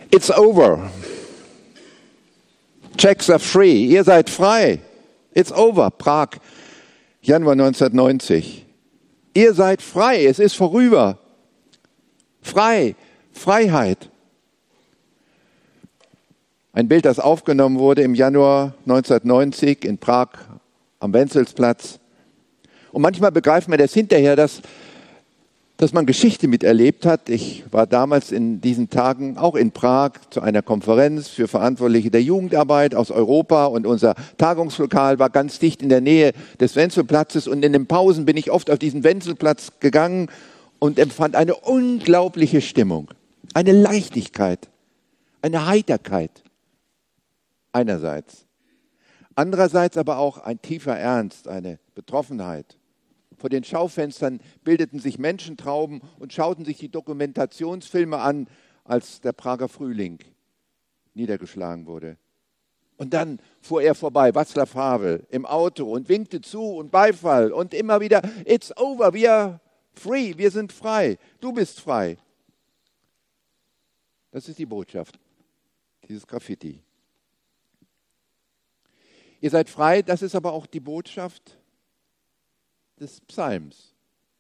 It's over. Czechs are free. Ihr seid frei. It's over. Prag, Januar 1990. Ihr seid frei. Es ist vorüber. Frei. Freiheit. Ein Bild, das aufgenommen wurde im Januar 1990 in Prag am Wenzelsplatz. Und manchmal begreift man das hinterher, dass man Geschichte miterlebt hat. Ich war damals in diesen Tagen auch in Prag zu einer Konferenz für Verantwortliche der Jugendarbeit aus Europa und unser Tagungslokal war ganz dicht in der Nähe des Wenzelplatzes und in den Pausen bin ich oft auf diesen Wenzelplatz gegangen und empfand eine unglaubliche Stimmung, eine Leichtigkeit, eine Heiterkeit einerseits. Andererseits aber auch ein tiefer Ernst, eine Betroffenheit. Vor den Schaufenstern bildeten sich Menschentrauben und schauten sich die Dokumentationsfilme an, als der Prager Frühling niedergeschlagen wurde. Und dann fuhr er vorbei, Václav Havel, im Auto und winkte zu und Beifall und immer wieder, it's over, we are free, wir sind frei, du bist frei. Das ist die Botschaft, dieses Graffiti. Ihr seid frei, das ist aber auch die Botschaft des Psalms,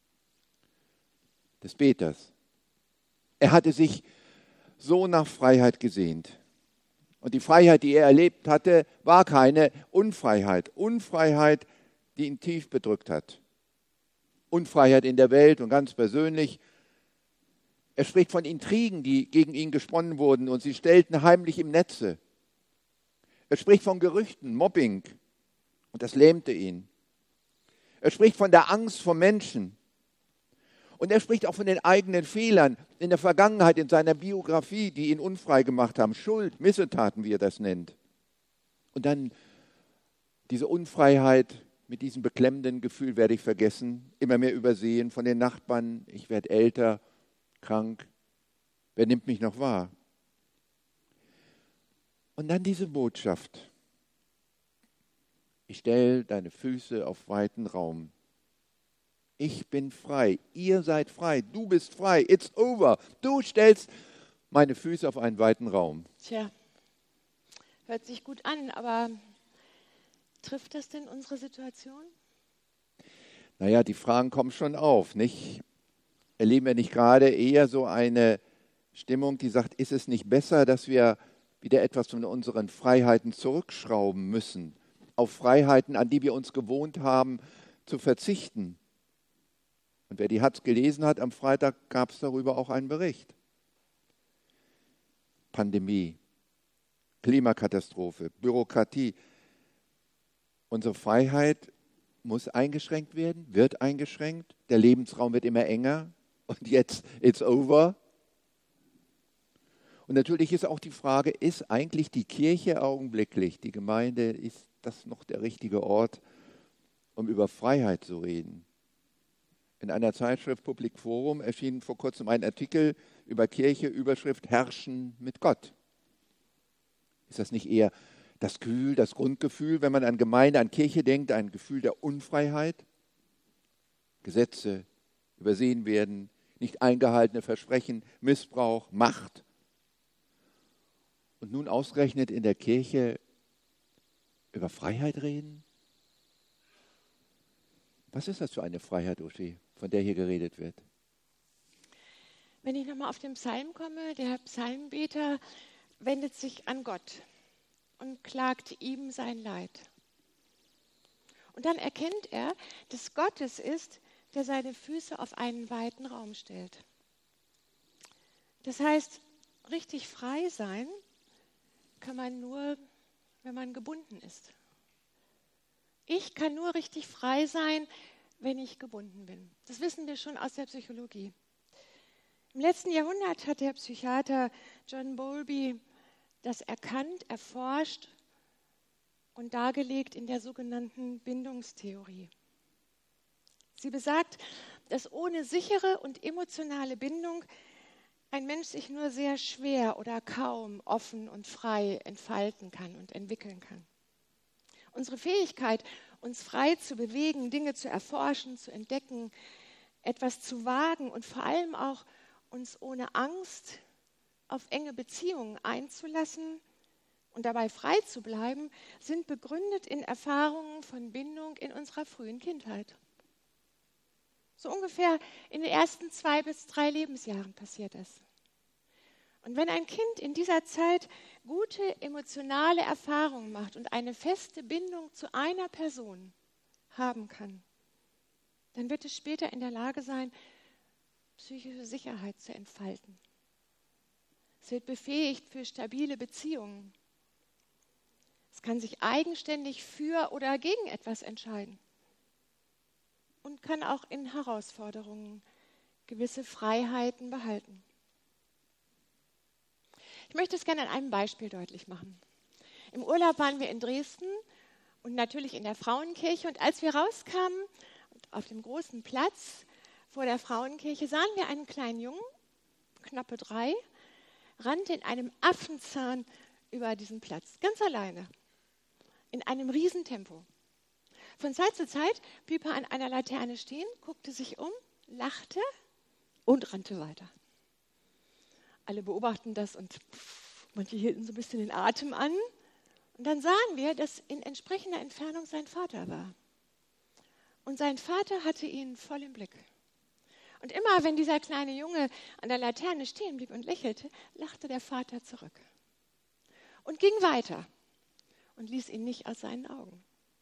des Beters. Er hatte sich so nach Freiheit gesehnt. Und die Freiheit, die er erlebt hatte, war keine Unfreiheit. Unfreiheit, die ihn tief bedrückt hat. Unfreiheit in der Welt und ganz persönlich. Er spricht von Intrigen, die gegen ihn gesponnen wurden und sie stellten heimlich im Netze. Er spricht von Gerüchten, Mobbing und das lähmte ihn. Er spricht von der Angst vor Menschen. Und er spricht auch von den eigenen Fehlern in der Vergangenheit, in seiner Biografie, die ihn unfrei gemacht haben. Schuld, Missetaten, wie er das nennt. Und dann diese Unfreiheit mit diesem beklemmenden Gefühl werde ich vergessen, immer mehr übersehen von den Nachbarn. Ich werde älter, krank. Wer nimmt mich noch wahr? Und dann diese Botschaft. Ich stelle deine Füße auf weiten Raum. Ich bin frei, ihr seid frei, du bist frei, it's over. Du stellst meine Füße auf einen weiten Raum. Tja, hört sich gut an, aber trifft das denn unsere Situation? Naja, die Fragen kommen schon auf, nicht? Erleben wir nicht gerade eher so eine Stimmung, die sagt, ist es nicht besser, dass wir wieder etwas von unseren Freiheiten zurückschrauben müssen? Auf Freiheiten, an die wir uns gewohnt haben, zu verzichten. Und wer die Hatz gelesen hat, am Freitag gab es darüber auch einen Bericht. Pandemie, Klimakatastrophe, Bürokratie. Unsere Freiheit muss eingeschränkt werden, wird eingeschränkt. Der Lebensraum wird immer enger. Und jetzt, it's over. Und natürlich ist auch die Frage, ist eigentlich die Kirche augenblicklich, die Gemeinde, ist das noch der richtige Ort, um über Freiheit zu reden? In einer Zeitschrift Public Forum erschien vor kurzem ein Artikel über Kirche, Überschrift Herrschen mit Gott. Ist das nicht eher das Gefühl, das Grundgefühl, wenn man an Gemeinde, an Kirche denkt, ein Gefühl der Unfreiheit? Gesetze übersehen werden, nicht eingehaltene Versprechen, Missbrauch, Macht. Und nun ausgerechnet in der Kirche über Freiheit reden? Was ist das für eine Freiheit, Uschi, von der hier geredet wird? Wenn ich nochmal auf den Psalm komme, der Psalmbeter wendet sich an Gott und klagt ihm sein Leid. Und dann erkennt er, dass Gott es ist, der seine Füße auf einen weiten Raum stellt. Das heißt, richtig frei sein kann man nur, wenn man gebunden ist. Ich kann nur richtig frei sein, wenn ich gebunden bin. Das wissen wir schon aus der Psychologie. Im letzten Jahrhundert hat der Psychiater John Bowlby das erkannt, erforscht und dargelegt in der sogenannten Bindungstheorie. Sie besagt, dass ohne sichere und emotionale Bindung ein Mensch sich nur sehr schwer oder kaum offen und frei entfalten kann und entwickeln kann. Unsere Fähigkeit, uns frei zu bewegen, Dinge zu erforschen, zu entdecken, etwas zu wagen und vor allem auch uns ohne Angst auf enge Beziehungen einzulassen und dabei frei zu bleiben, sind begründet in Erfahrungen von Bindung in unserer frühen Kindheit. So ungefähr in den ersten 2 bis 3 Lebensjahren passiert das. Und wenn ein Kind in dieser Zeit gute emotionale Erfahrungen macht und eine feste Bindung zu einer Person haben kann, dann wird es später in der Lage sein, psychische Sicherheit zu entfalten. Es wird befähigt für stabile Beziehungen. Es kann sich eigenständig für oder gegen etwas entscheiden und kann auch in Herausforderungen gewisse Freiheiten behalten. Ich möchte es gerne an einem Beispiel deutlich machen. Im Urlaub waren wir in Dresden und natürlich in der Frauenkirche. Und als wir rauskamen, auf dem großen Platz vor der Frauenkirche, sahen wir einen kleinen Jungen, knappe 3, rannte in einem Affenzahn über diesen Platz, ganz alleine, in einem Riesentempo. Von Zeit zu Zeit blieb er an einer Laterne stehen, guckte sich um, lachte und rannte weiter. Alle beobachten das und manche hielten so ein bisschen den Atem an. Und dann sahen wir, dass in entsprechender Entfernung sein Vater war. Und sein Vater hatte ihn voll im Blick. Und immer, wenn dieser kleine Junge an der Laterne stehen blieb und lächelte, lachte der Vater zurück. Und ging weiter und ließ ihn nicht aus seinen Augen.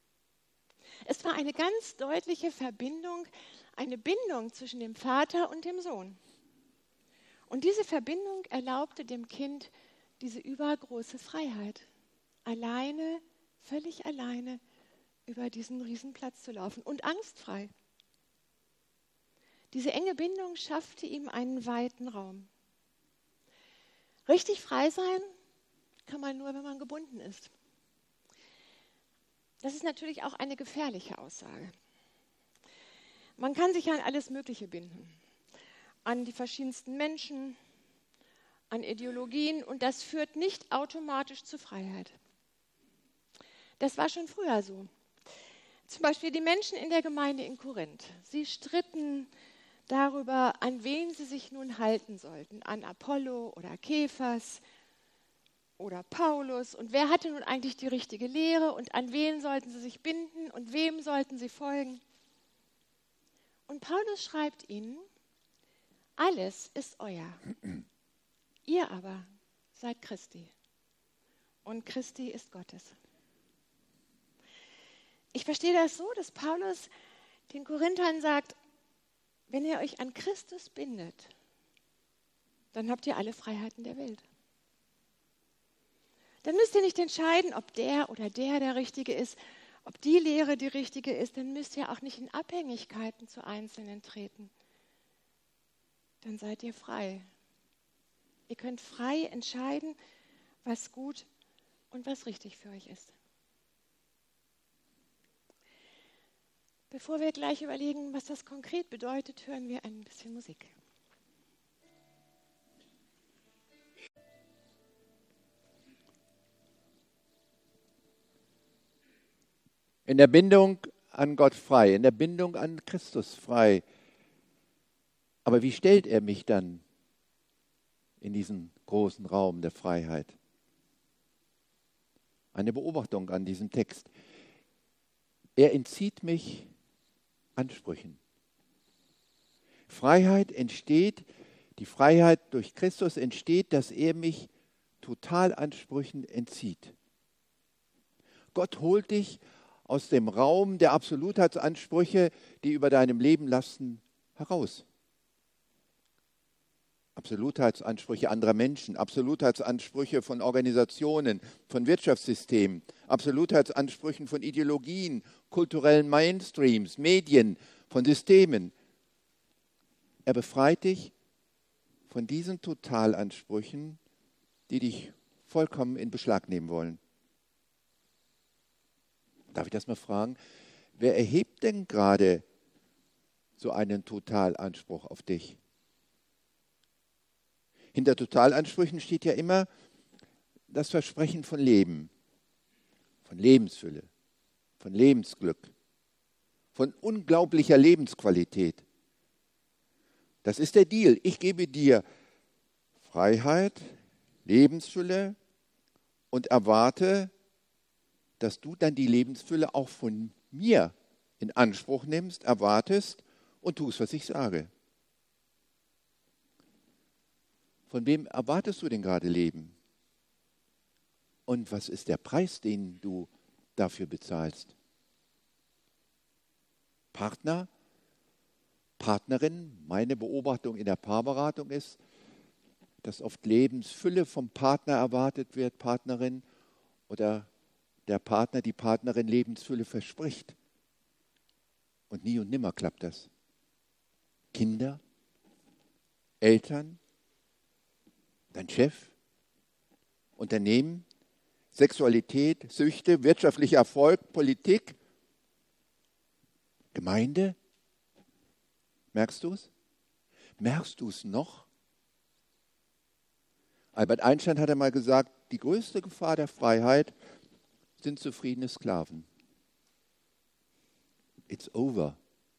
Es war eine ganz deutliche Verbindung, eine Bindung zwischen dem Vater und dem Sohn. Und diese Verbindung erlaubte dem Kind diese übergroße Freiheit, alleine, völlig alleine über diesen Riesenplatz zu laufen und angstfrei. Diese enge Bindung schaffte ihm einen weiten Raum. Richtig frei sein kann man nur, wenn man gebunden ist. Das ist natürlich auch eine gefährliche Aussage. Man kann sich an alles Mögliche binden. An die verschiedensten Menschen, an Ideologien, und das führt nicht automatisch zu Freiheit. Das war schon früher so. Zum Beispiel die Menschen in der Gemeinde in Korinth. Sie stritten darüber, an wen sie sich nun halten sollten, an Apollo oder Kephas oder Paulus, und wer hatte nun eigentlich die richtige Lehre und an wen sollten sie sich binden und wem sollten sie folgen. Und Paulus schreibt ihnen: Alles ist euer. Ihr aber seid Christi. Und Christi ist Gottes. Ich verstehe das so, dass Paulus den Korinthern sagt, wenn ihr euch an Christus bindet, dann habt ihr alle Freiheiten der Welt. Dann müsst ihr nicht entscheiden, ob der oder der Richtige ist, ob die Lehre die richtige ist. Dann müsst ihr auch nicht in Abhängigkeiten zu Einzelnen treten. Dann seid ihr frei. Ihr könnt frei entscheiden, was gut und was richtig für euch ist. Bevor wir gleich überlegen, was das konkret bedeutet, hören wir ein bisschen Musik. In der Bindung an Gott frei, in der Bindung an Christus frei. Aber wie stellt er mich dann in diesen großen Raum der Freiheit? Eine Beobachtung an diesem Text. Er entzieht mich Ansprüchen. Freiheit entsteht, die Freiheit durch Christus entsteht, dass er mich Totalansprüchen entzieht. Gott holt dich aus dem Raum der Absolutheitsansprüche, die über deinem Leben lasten, heraus. Absolutheitsansprüche anderer Menschen, Absolutheitsansprüche von Organisationen, von Wirtschaftssystemen, Absolutheitsansprüchen von Ideologien, kulturellen Mainstreams, Medien, von Systemen. Er befreit dich von diesen Totalansprüchen, die dich vollkommen in Beschlag nehmen wollen. Darf ich das mal fragen? Wer erhebt denn gerade so einen Totalanspruch auf dich? Hinter Totalansprüchen steht ja immer das Versprechen von Leben, von Lebensfülle, von Lebensglück, von unglaublicher Lebensqualität. Das ist der Deal. Ich gebe dir Freiheit, Lebensfülle und erwarte, dass du dann die Lebensfülle auch von mir in Anspruch nimmst, erwartest und tust, was ich sage. Von wem erwartest du denn gerade Leben? Und was ist der Preis, den du dafür bezahlst? Partner, Partnerin, meine Beobachtung in der Paarberatung ist, dass oft Lebensfülle vom Partner erwartet wird, Partnerin, oder der Partner, die Partnerin Lebensfülle verspricht. Und nie und nimmer klappt das. Kinder, Eltern, dein Chef, Unternehmen, Sexualität, Süchte, wirtschaftlicher Erfolg, Politik, Gemeinde. Merkst du es? Merkst du es noch? Albert Einstein hat einmal gesagt, die größte Gefahr der Freiheit sind zufriedene Sklaven. It's over.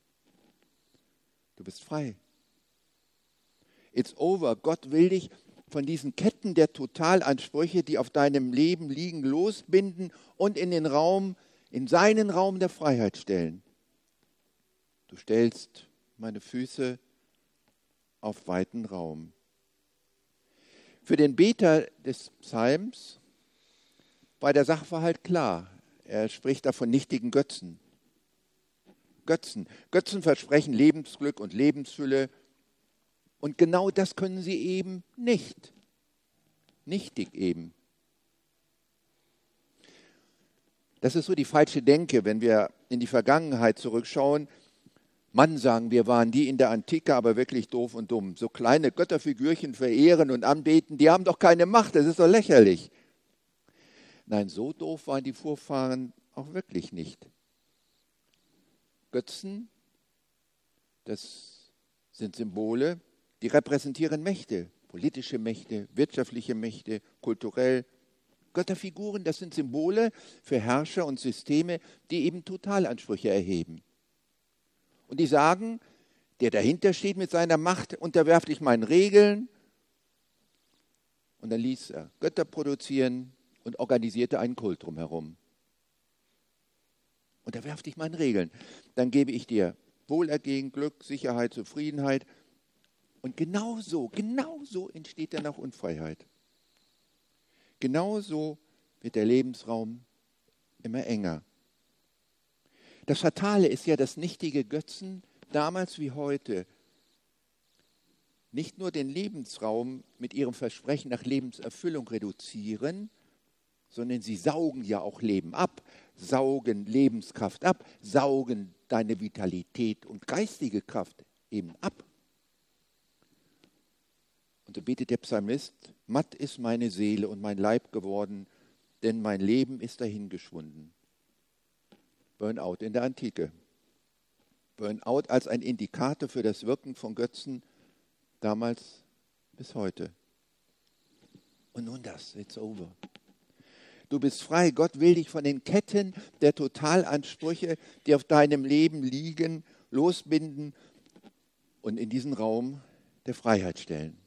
Du bist frei. It's over. Gott will dich von diesen Ketten der Totalansprüche, die auf deinem Leben liegen, losbinden und in den Raum, in seinen Raum der Freiheit stellen. Du stellst meine Füße auf weiten Raum. Für den Beter des Psalms war der Sachverhalt klar. Er spricht da von nichtigen Götzen. Götzen versprechen Lebensglück und Lebensfülle. Und genau das können sie eben nicht. Nichtig eben. Das ist so die falsche Denke, wenn wir in die Vergangenheit zurückschauen. Mann, sagen wir, waren die in der Antike aber wirklich doof und dumm. So kleine Götterfigürchen verehren und anbeten, die haben doch keine Macht, das ist doch lächerlich. Nein, so doof waren die Vorfahren auch wirklich nicht. Götzen, das sind Symbole, die repräsentieren Mächte, politische Mächte, wirtschaftliche Mächte, kulturell. Götterfiguren, das sind Symbole für Herrscher und Systeme, die eben Totalansprüche erheben. Und die sagen, der dahinter steht mit seiner Macht, unterwerft dich meinen Regeln. Und dann ließ er Götter produzieren und organisierte einen Kult drumherum. Unterwerf dich meinen Regeln. Dann gebe ich dir Wohlergehen, Glück, Sicherheit, Zufriedenheit. Und genauso entsteht dann auch Unfreiheit. Genauso wird der Lebensraum immer enger. Das Fatale ist ja, dass nichtige Götzen damals wie heute nicht nur den Lebensraum mit ihrem Versprechen nach Lebenserfüllung reduzieren, sondern sie saugen ja auch Leben ab, saugen Lebenskraft ab, saugen deine Vitalität und geistige Kraft eben ab. Und so betet der Psalmist, matt ist meine Seele und mein Leib geworden, denn mein Leben ist dahingeschwunden. Burnout in der Antike. Burnout als ein Indikator für das Wirken von Götzen damals bis heute. Und nun das, it's over. Du bist frei. Gott will dich von den Ketten der Totalansprüche, die auf deinem Leben liegen, losbinden und in diesen Raum der Freiheit stellen.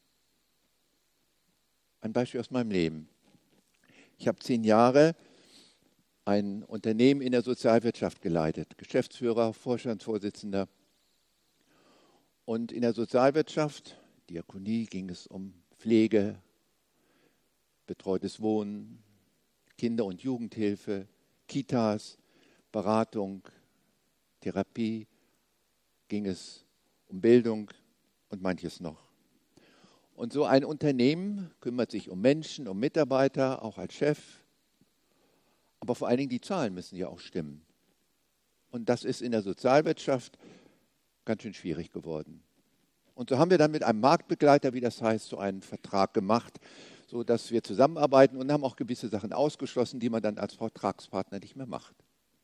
Ein Beispiel aus meinem Leben. Ich habe 10 Jahre ein Unternehmen in der Sozialwirtschaft geleitet, Geschäftsführer, Vorstandsvorsitzender. Und in der Sozialwirtschaft, Diakonie, ging es um Pflege, betreutes Wohnen, Kinder- und Jugendhilfe, Kitas, Beratung, Therapie, ging es um Bildung und manches noch. Und so ein Unternehmen kümmert sich um Menschen, um Mitarbeiter, auch als Chef. Aber vor allen Dingen die Zahlen müssen ja auch stimmen. Und das ist in der Sozialwirtschaft ganz schön schwierig geworden. Und so haben wir dann mit einem Marktbegleiter, wie das heißt, so einen Vertrag gemacht, sodass wir zusammenarbeiten und haben auch gewisse Sachen ausgeschlossen, die man dann als Vertragspartner nicht mehr macht.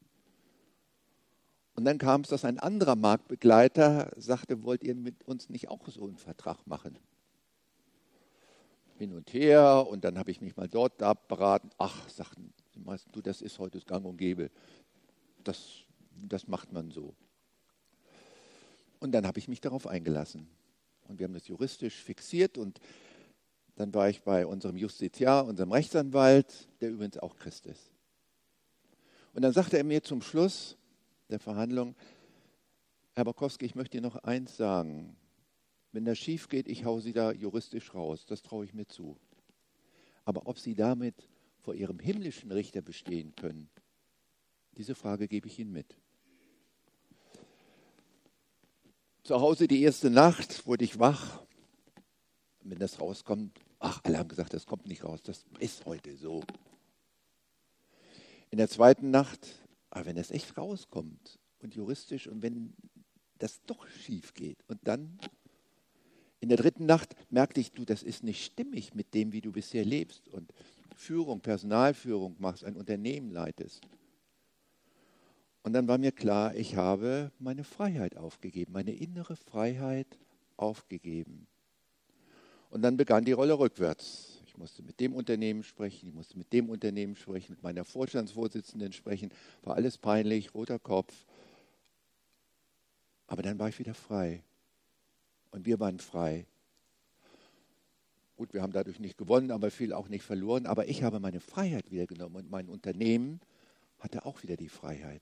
Und dann kam es, dass ein anderer Marktbegleiter sagte, wollt ihr mit uns nicht auch so einen Vertrag machen? Hin und her und dann habe ich mich mal dort da beraten. Ach, sagten die meisten, du, das ist heute gang und gäbe. Das macht man so. Und dann habe ich mich darauf eingelassen. Und wir haben das juristisch fixiert und Dann war ich bei unserem Justiziar, unserem Rechtsanwalt, der übrigens auch Christ ist. Und dann sagte er mir zum Schluss der Verhandlung: Herr Borkowski, ich möchte Ihnen noch eins sagen. Wenn das schief geht, ich hau Sie da juristisch raus. Das traue ich mir zu. Aber ob Sie damit vor Ihrem himmlischen Richter bestehen können, diese Frage gebe ich Ihnen mit. Zu Hause die erste Nacht wurde ich wach. Und wenn das rauskommt, alle haben gesagt, das kommt nicht raus, das ist heute so. In der zweiten Nacht, wenn das echt rauskommt und juristisch und wenn das doch schief geht. Und dann in der dritten Nacht merkte ich, das ist nicht stimmig mit dem, wie du bisher lebst und Führung, Personalführung machst, ein Unternehmen leitest. Und dann war mir klar, ich habe meine Freiheit aufgegeben, meine innere Freiheit aufgegeben. Und dann begann die Rolle rückwärts. Ich musste mit dem Unternehmen sprechen, ich musste mit dem Unternehmen sprechen, mit meiner Vorstandsvorsitzenden sprechen, war alles peinlich, roter Kopf. Aber dann war ich wieder frei. Und wir waren frei. Gut, wir haben dadurch nicht gewonnen, aber viel auch nicht verloren. Aber ich habe meine Freiheit wieder genommen und mein Unternehmen hatte auch wieder die Freiheit.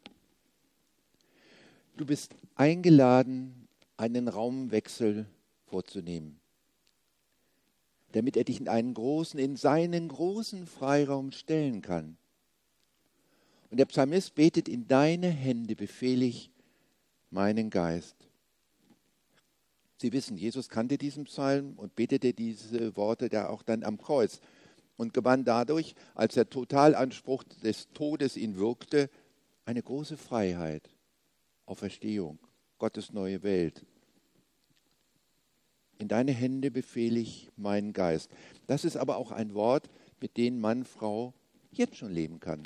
Du bist eingeladen, einen Raumwechsel vorzunehmen, damit er dich in seinen großen Freiraum stellen kann. Und der Psalmist betet: In deine Hände befehle ich meinen Geist. Sie wissen, Jesus kannte diesen Psalm und betete diese Worte da auch dann am Kreuz und gewann dadurch, als der Totalanspruch des Todes ihn wirkte, eine große Freiheit, Auferstehung, Gottes neue Welt. In deine Hände befehle ich meinen Geist. Das ist aber auch ein Wort, mit dem Mann, Frau jetzt schon leben kann.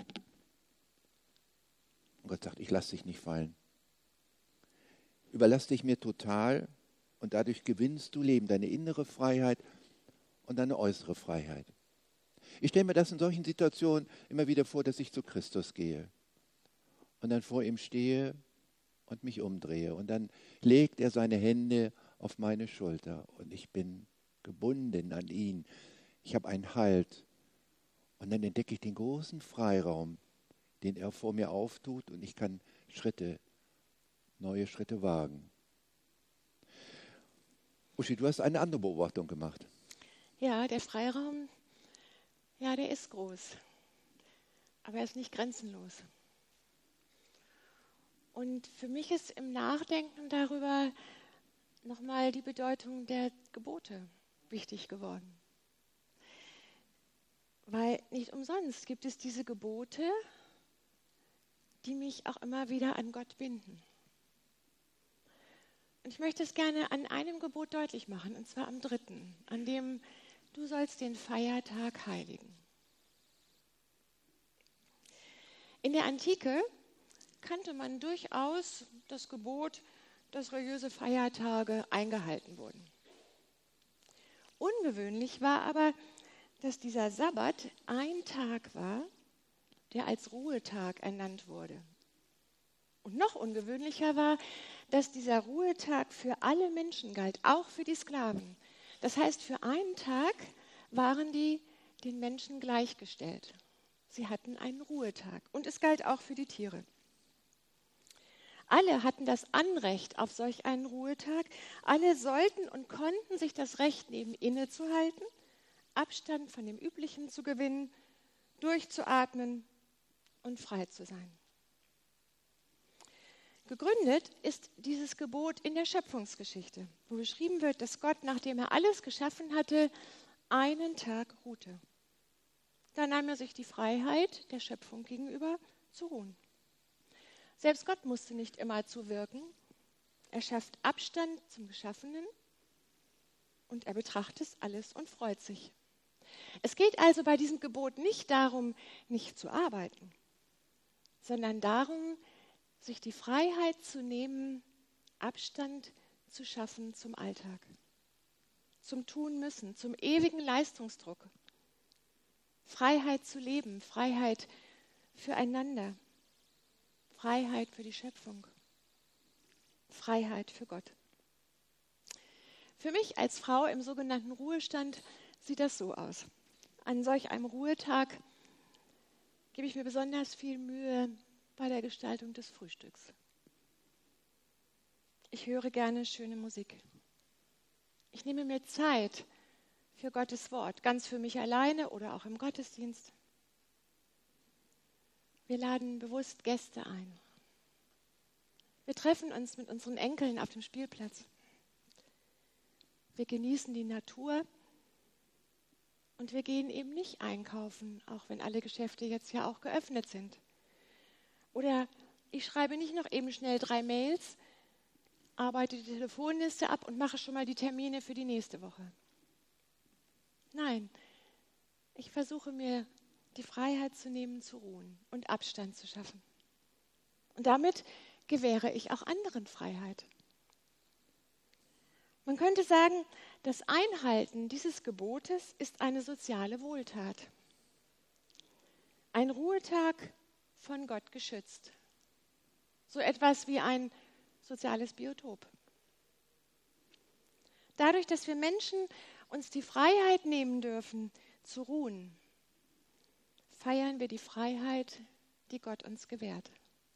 Und Gott sagt: Ich lasse dich nicht fallen. Überlass dich mir total und dadurch gewinnst du Leben, deine innere Freiheit und deine äußere Freiheit. Ich stelle mir das in solchen Situationen immer wieder vor, dass ich zu Christus gehe und dann vor ihm stehe und mich umdrehe. Und dann legt er seine Hände auf meine Schulter und ich bin gebunden an ihn. Ich habe einen Halt. Und dann entdecke ich den großen Freiraum, den er vor mir auftut und ich kann neue Schritte wagen. Uschi, du hast eine andere Beobachtung gemacht. Ja, der Freiraum, ja, der ist groß, aber er ist nicht grenzenlos. Und für mich ist im Nachdenken darüber nochmal die Bedeutung der Gebote wichtig geworden. Weil nicht umsonst gibt es diese Gebote, die mich auch immer wieder an Gott binden. Und ich möchte es gerne an einem Gebot deutlich machen, und zwar am 3., an dem: Du sollst den Feiertag heiligen. In der Antike kannte man durchaus das Gebot, dass religiöse Feiertage eingehalten wurden. Ungewöhnlich war aber, dass dieser Sabbat ein Tag war, der als Ruhetag ernannt wurde. Und noch ungewöhnlicher war, dass dieser Ruhetag für alle Menschen galt, auch für die Sklaven. Das heißt, für einen Tag waren die den Menschen gleichgestellt. Sie hatten einen Ruhetag und es galt auch für die Tiere. Alle hatten das Anrecht auf solch einen Ruhetag. Alle sollten und konnten sich das Recht nehmen, innezuhalten, Abstand von dem Üblichen zu gewinnen, durchzuatmen und frei zu sein. Gegründet ist dieses Gebot in der Schöpfungsgeschichte, wo beschrieben wird, dass Gott, nachdem er alles geschaffen hatte, einen Tag ruhte. Da nahm er sich die Freiheit der Schöpfung gegenüber zu ruhen. Selbst Gott musste nicht immer zuwirken. Er schafft Abstand zum Geschaffenen und er betrachtet alles und freut sich. Es geht also bei diesem Gebot nicht darum, nicht zu arbeiten, sondern darum, sich die Freiheit zu nehmen, Abstand zu schaffen zum Alltag, zum Tun müssen, zum ewigen Leistungsdruck. Freiheit zu leben, Freiheit füreinander, Freiheit für die Schöpfung, Freiheit für Gott. Für mich als Frau im sogenannten Ruhestand sieht das so aus. An solch einem Ruhetag gebe ich mir besonders viel Mühe bei der Gestaltung des Frühstücks. Ich höre gerne schöne Musik. Ich nehme mir Zeit für Gottes Wort, ganz für mich alleine oder auch im Gottesdienst. Wir laden bewusst Gäste ein. Wir treffen uns mit unseren Enkeln auf dem Spielplatz. Wir genießen die Natur und wir gehen eben nicht einkaufen, auch wenn alle Geschäfte jetzt ja auch geöffnet sind. Oder ich schreibe nicht noch eben schnell 3 Mails, arbeite die Telefonliste ab und mache schon mal die Termine für die nächste Woche. Nein, ich versuche mir die Freiheit zu nehmen, zu ruhen und Abstand zu schaffen. Und damit gewähre ich auch anderen Freiheit. Man könnte sagen, das Einhalten dieses Gebotes ist eine soziale Wohltat. Ein Ruhetag von Gott geschützt. So etwas wie ein soziales Biotop. Dadurch, dass wir Menschen uns die Freiheit nehmen dürfen, zu ruhen, feiern wir die Freiheit, die Gott uns gewährt.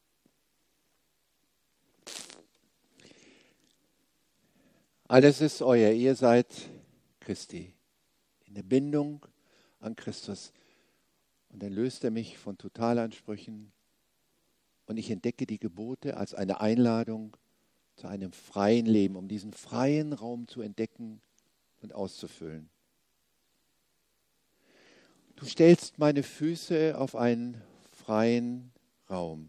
Alles ist euer, ihr seid Christi, in der Bindung an Christus. Und dann löst er mich von Totalansprüchen und ich entdecke die Gebote als eine Einladung zu einem freien Leben, um diesen freien Raum zu entdecken und auszufüllen. Du stellst meine Füße auf einen freien Raum.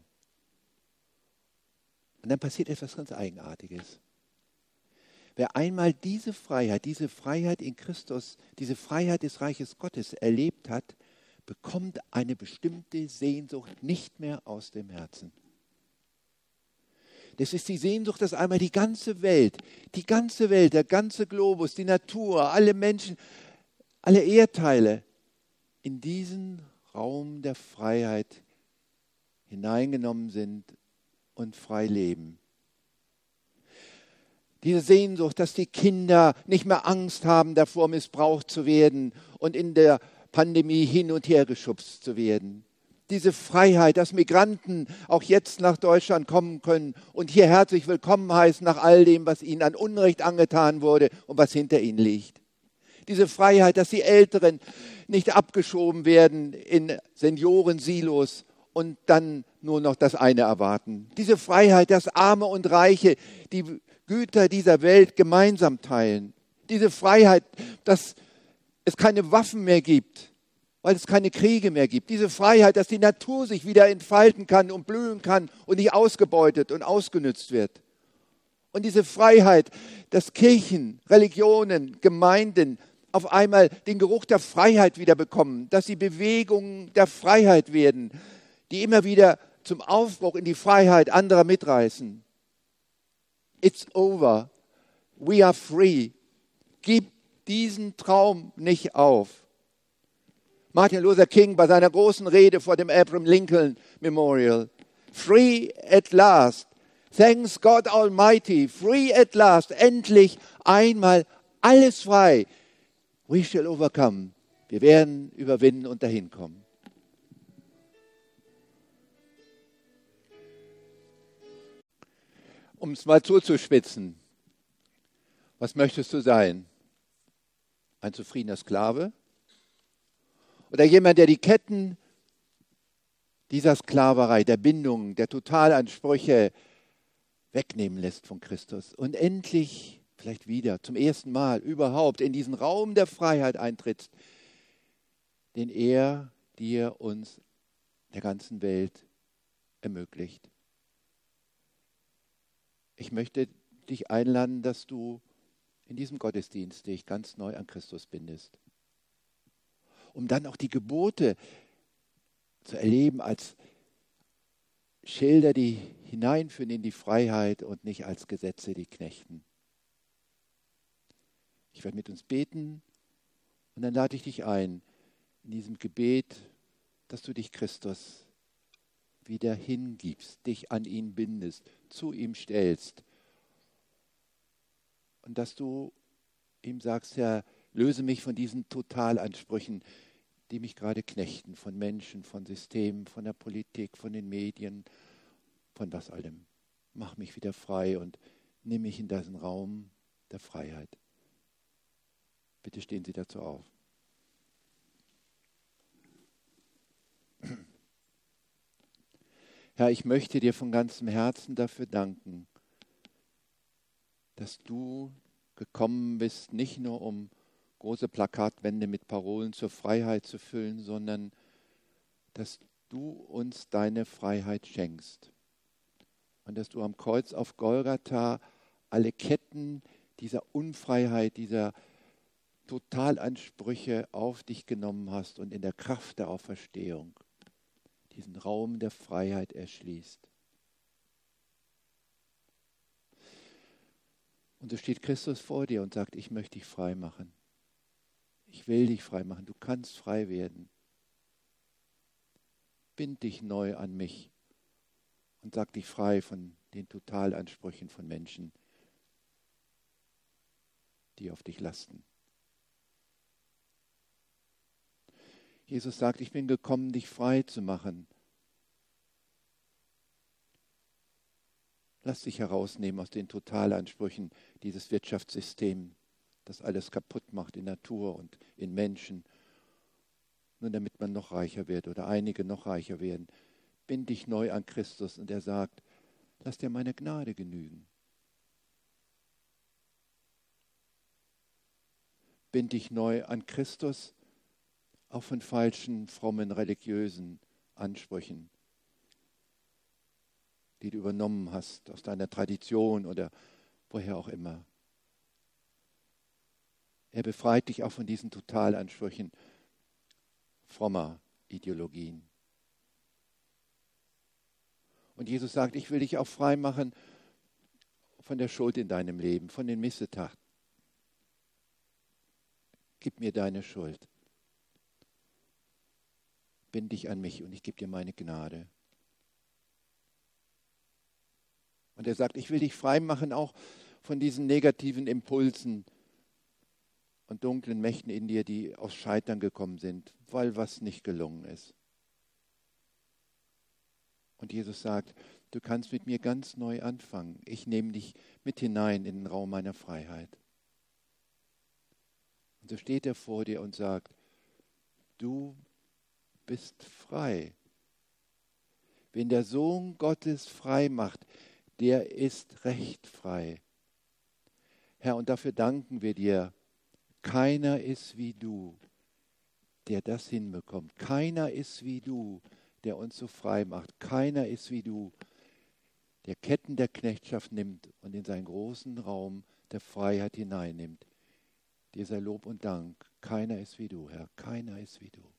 Und dann passiert etwas ganz Eigenartiges. Wer einmal diese Freiheit in Christus, diese Freiheit des Reiches Gottes erlebt hat, bekommt eine bestimmte Sehnsucht nicht mehr aus dem Herzen. Das ist die Sehnsucht, dass einmal die ganze Welt, der ganze Globus, die Natur, alle Menschen, alle Erdteile in diesen Raum der Freiheit hineingenommen sind und frei leben. Diese Sehnsucht, dass die Kinder nicht mehr Angst haben, davor missbraucht zu werden und in der Pandemie hin und her geschubst zu werden. Diese Freiheit, dass Migranten auch jetzt nach Deutschland kommen können und hier herzlich willkommen heißen nach all dem, was ihnen an Unrecht angetan wurde und was hinter ihnen liegt. Diese Freiheit, dass die Älteren nicht abgeschoben werden in Seniorensilos und dann nur noch das eine erwarten. Diese Freiheit, dass Arme und Reiche die Güter dieser Welt gemeinsam teilen. Diese Freiheit, dass es keine Waffen mehr gibt, weil es keine Kriege mehr gibt. Diese Freiheit, dass die Natur sich wieder entfalten kann und blühen kann und nicht ausgebeutet und ausgenützt wird. Und diese Freiheit, dass Kirchen, Religionen, Gemeinden auf einmal den Geruch der Freiheit wieder bekommen, dass sie Bewegungen der Freiheit werden, die immer wieder zum Aufbruch in die Freiheit anderer mitreißen. It's over. We are free. Gib diesen Traum nicht auf. Martin Luther King bei seiner großen Rede vor dem Abraham Lincoln Memorial. Free at last. Thanks God Almighty. Free at last. Endlich einmal alles frei. We shall overcome. Wir werden überwinden und dahin kommen. Um es mal zuzuspitzen, was möchtest du sein? Ein zufriedener Sklave? Oder jemand, der die Ketten dieser Sklaverei, der Bindungen, der Totalansprüche wegnehmen lässt von Christus und endlich vielleicht wieder zum ersten Mal überhaupt in diesen Raum der Freiheit eintrittst, den er dir, uns, der ganzen Welt ermöglicht. Ich möchte dich einladen, dass du in diesem Gottesdienst dich ganz neu an Christus bindest, um dann auch die Gebote zu erleben als Schilder, die hineinführen in die Freiheit und nicht als Gesetze, die knechten. Ich werde mit uns beten und dann lade ich dich ein, in diesem Gebet, dass du dich Christus wieder hingibst, dich an ihn bindest, zu ihm stellst und dass du ihm sagst, Herr, Löse mich von diesen Totalansprüchen, die mich gerade knechten, von Menschen, von Systemen, von der Politik, von den Medien, von was allem. Mach mich wieder frei und nimm mich in diesen Raum der Freiheit. Bitte stehen Sie dazu auf. Herr, ich möchte dir von ganzem Herzen dafür danken, dass du gekommen bist, nicht nur um große Plakatwände mit Parolen zur Freiheit zu füllen, sondern dass du uns deine Freiheit schenkst. Und dass du am Kreuz auf Golgatha alle Ketten dieser Unfreiheit, dieser Totalansprüche auf dich genommen hast und in der Kraft der Auferstehung diesen Raum der Freiheit erschließt. Und so steht Christus vor dir und sagt, ich möchte dich frei machen. Ich will dich frei machen. Du kannst frei werden. Bind dich neu an mich und sag dich frei von den Totalansprüchen von Menschen, die auf dich lasten. Jesus sagt, ich bin gekommen, dich frei zu machen. Lass dich herausnehmen aus den Totalansprüchen dieses Wirtschaftssystems, das alles kaputt macht in Natur und in Menschen, nur damit man noch reicher wird oder einige noch reicher werden. Bind dich neu an Christus und er sagt, lass dir meine Gnade genügen. Bind dich neu an Christus, auch von falschen, frommen, religiösen Ansprüchen, die du übernommen hast aus deiner Tradition oder woher auch immer. Er befreit dich auch von diesen Totalansprüchen frommer Ideologien. Und Jesus sagt, ich will dich auch frei machen von der Schuld in deinem Leben, von den Missetaten. Gib mir deine Schuld. Bind dich an mich und ich gebe dir meine Gnade. Und er sagt, ich will dich frei machen auch von diesen negativen Impulsen und dunklen Mächten in dir, die aus Scheitern gekommen sind, weil was nicht gelungen ist. Und Jesus sagt, du kannst mit mir ganz neu anfangen. Ich nehme dich mit hinein in den Raum meiner Freiheit. Und so steht er vor dir und sagt, du bist frei. Wen der Sohn Gottes frei macht, der ist recht frei. Herr, und dafür danken wir dir. Keiner ist wie du, der das hinbekommt. Keiner ist wie du, der uns so frei macht. Keiner ist wie du, der Ketten der Knechtschaft nimmt und in seinen großen Raum der Freiheit hineinnimmt. Dir sei Lob und Dank. Keiner ist wie du, Herr. Keiner ist wie du.